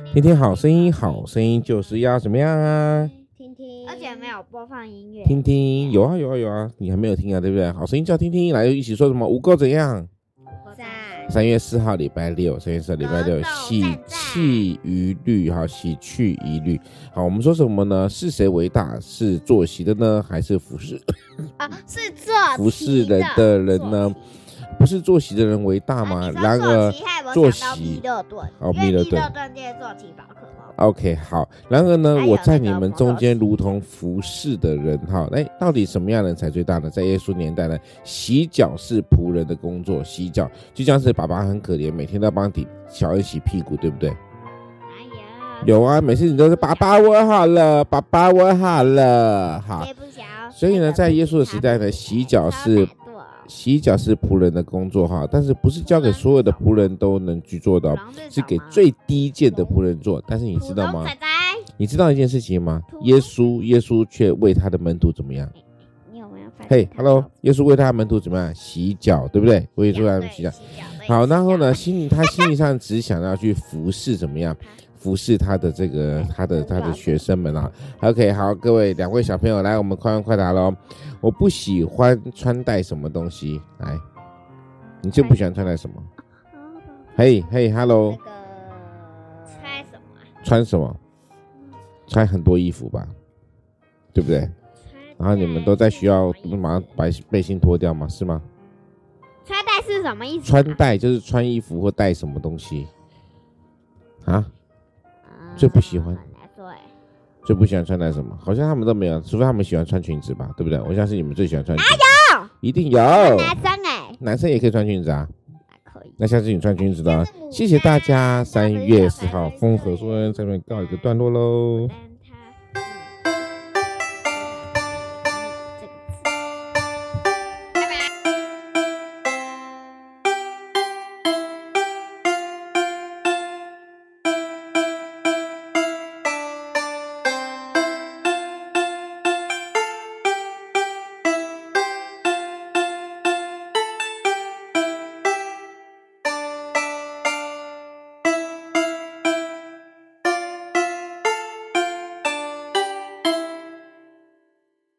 听听好声音，好声音就是要怎么样啊？ 听听， 而且没有播放音乐。 听听，有啊，你还没有听啊，对不对？好声音叫听听，来一起说什么？五够怎样？3月4号礼拜六，3月4号礼拜六，喜气于虑，好，喜去疑虑。好，我们说什么呢？是谁为大？是坐席的呢，还是服侍？ 是坐服侍人的人呢？不是坐席的人为大吗？然而坐席， 密勒顿， 密勒顿就是坐骑宝可梦。 OK， 好。然而呢，我在你们中间如同服侍的人，哈，到底什么样的人才最大呢？在耶稣年代呢，洗脚是仆人的工作，洗脚就像是爸爸很可怜，每天都要帮小恩洗屁股，对不对？有啊，每次你都是爸爸我好了，爸爸我好了，好。所以呢，在耶稣的时代呢，洗脚是仆人的工作哈，但是不是交给所有的仆人都能去做的，是给最低贱的仆人做。但是你知道吗？你知道一件事情吗？耶稣却为他的门徒怎么样？ 你有没有发现？ 嘿 ，Hello， 耶稣为他的门徒怎么样？洗脚，对不对？为他们洗脚。好，然后呢，他心理上只想要去服侍怎么样？服侍他的他的学生们啊。OK， 好，各位2位小朋友，来，我们快问快答咯。我不喜欢穿戴什么东西？来，你最不喜欢穿戴什么？嘿 ，Hello， 穿什么？穿很多衣服吧，对不对？然后你们都在学校马上把背心脱掉吗？是吗？ 穿戴是什么意思？ 穿戴就是穿衣服或戴什么东西啊？最不喜欢，最不喜欢穿戴什么？好像他们都没有，除非他们喜欢穿裙子吧，对不对？我相信你们最喜欢穿裙子。 哪有？ 一定有。男生也可以穿裙子啊。 可以。 那下次你穿裙子的，谢谢大家。3月4号风和说这边告一个段落喽。